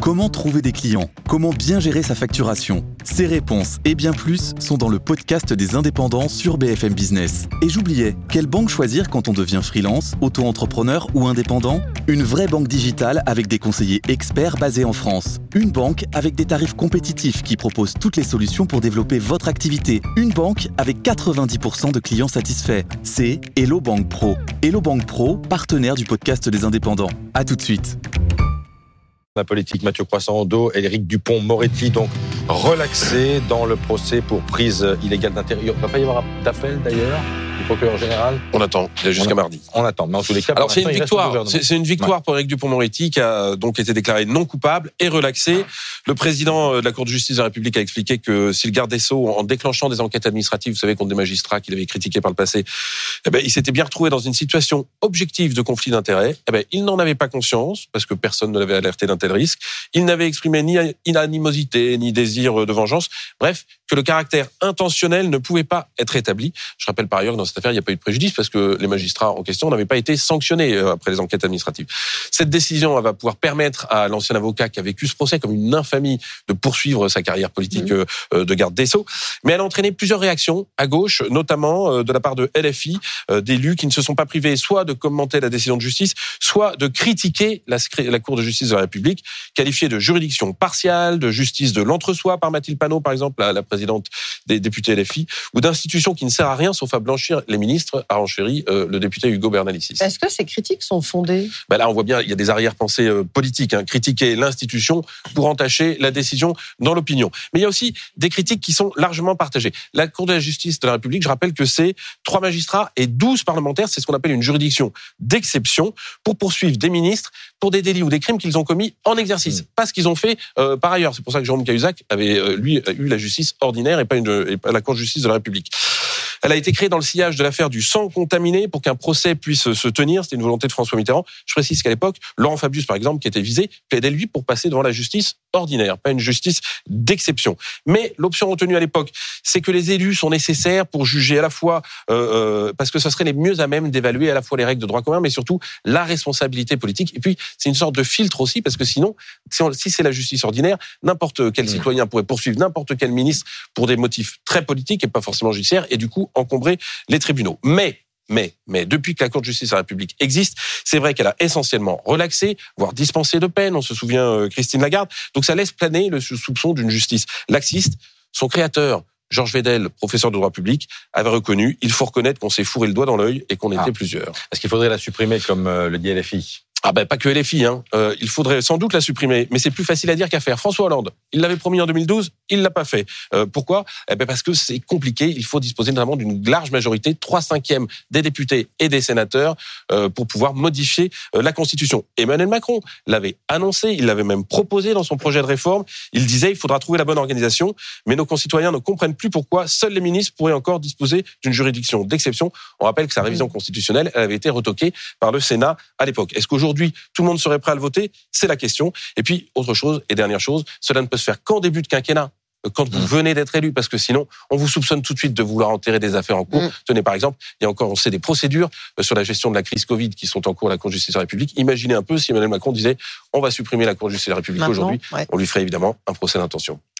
Comment trouver des clients ? Comment bien gérer sa facturation ? Ces réponses et bien plus sont dans le podcast des indépendants sur BFM Business. Et j'oubliais, quelle banque choisir quand on devient freelance, auto-entrepreneur ou indépendant ? Une vraie banque digitale avec des conseillers experts basés en France. Une banque avec des tarifs compétitifs qui propose toutes les solutions pour développer votre activité. Une banque avec 90% de clients satisfaits. C'est Hello Bank Pro. Hello Bank Pro, partenaire du podcast des indépendants. À tout de suite. La politique, Mathieu Croissant-Audo et Éric Dupond-Moretti, donc relaxés dans le procès pour prise illégale d'intérêt. Il ne va pas y avoir d'appel d'ailleurs du procureur général. On attend, jusqu'à mardi. On attend, mais en tous les cas... Alors c'est une victoire, c'est une victoire pour Éric Dupond-Moretti qui a donc été déclaré non coupable et relaxé. Le président de la Cour de justice de la République a expliqué que si le garde des Sceaux, en déclenchant des enquêtes administratives, vous savez, contre des magistrats qu'il avait critiqués par le passé, il s'était bien retrouvé dans une situation objective de conflit d'intérêts. Il n'en avait pas conscience, parce que personne ne l'avait alerté d'un tel risque. Il n'avait exprimé ni animosité, ni désir de vengeance. Bref, que le caractère intentionnel ne pouvait pas être établi. Je rappelle par ailleurs que dans cette affaire, il n'y a pas eu de préjudice parce que les magistrats en question n'avaient pas été sanctionnés après les enquêtes administratives. Cette décision va pouvoir permettre à l'ancien avocat qui a vécu ce procès comme une infamie de poursuivre sa carrière politique de garde des Sceaux. Mais elle a entraîné plusieurs réactions à gauche, notamment de la part de LFI, d'élus qui ne se sont pas privés soit de commenter la décision de justice, soit de critiquer la Cour de justice de la République, qualifiée de juridiction partiale, de justice de l'entre-soi par Mathilde Panot, par exemple, la présidente des députés LFI, ou d'institution qui ne sert à rien sauf à blanchir les ministres, a renchéri le député Hugo Bernalicis. Est-ce que ces critiques sont fondées ? Là, on voit bien, il y a des arrière-pensées politiques. Critiquer l'institution pour entacher la décision dans l'opinion. Mais il y a aussi des critiques qui sont largement partagées. La Cour de la justice de la République, je rappelle que c'est 3 magistrats et 12 parlementaires. C'est ce qu'on appelle une juridiction d'exception pour poursuivre des ministres pour des délits ou des crimes qu'ils ont commis en exercice. Pas ce qu'ils ont fait par ailleurs. C'est pour ça que Jérôme Cahuzac avait, lui, eu la justice ordinaire et pas la Cour de justice de la République. Elle a été créée dans le sillage de l'affaire du sang contaminé pour qu'un procès puisse se tenir. C'était une volonté de François Mitterrand. Je précise qu'à l'époque, Laurent Fabius, par exemple, qui était visé, plaidait lui pour passer devant la justice ordinaire, pas une justice d'exception. Mais l'option retenue à l'époque, c'est que les élus sont nécessaires pour juger à la fois, parce que ce serait les mieux à même d'évaluer à la fois les règles de droit commun, mais surtout la responsabilité politique. Et puis, c'est une sorte de filtre aussi, parce que sinon, si c'est la justice ordinaire, n'importe quel citoyen pourrait poursuivre n'importe quel ministre pour des motifs très politiques et pas forcément judiciaires, et du coup, encombrer les tribunaux. Mais depuis que la Cour de justice de la République existe, c'est vrai qu'elle a essentiellement relaxé, voire dispensé de peine. On se souvient Christine Lagarde. Donc ça laisse planer le soupçon d'une justice laxiste. Son créateur, Georges Vedel, professeur de droit public, avait reconnu, il faut reconnaître qu'on s'est fourré le doigt dans l'œil et qu'on était plusieurs. Est-ce qu'il faudrait la supprimer comme le dit LFI ? Pas que LFI, il faudrait sans doute la supprimer, mais c'est plus facile à dire qu'à faire. François Hollande, il l'avait promis en 2012, il l'a pas fait. Pourquoi ? Parce que c'est compliqué, il faut disposer notamment d'une large majorité, 3/5 des députés et des sénateurs, pour pouvoir modifier la Constitution. Emmanuel Macron l'avait annoncé, il l'avait même proposé dans son projet de réforme, il disait il faudra trouver la bonne organisation, mais nos concitoyens ne comprennent plus pourquoi seuls les ministres pourraient encore disposer d'une juridiction d'exception. On rappelle que sa révision constitutionnelle, elle avait été retoquée par le Sénat à l'époque. Est-ce qu'aujourd'hui, tout le monde serait prêt à le voter ? C'est la question. Et puis, autre chose, et dernière chose, cela ne peut se faire qu'en début de quinquennat, quand vous venez d'être élu, parce que sinon, on vous soupçonne tout de suite de vouloir enterrer des affaires en cours. Tenez, par exemple, il y a encore, on sait, des procédures sur la gestion de la crise Covid qui sont en cours à la Cour de justice de la République. Imaginez un peu si Emmanuel Macron disait on va supprimer la Cour de justice de la République aujourd'hui. On lui ferait évidemment un procès d'intention.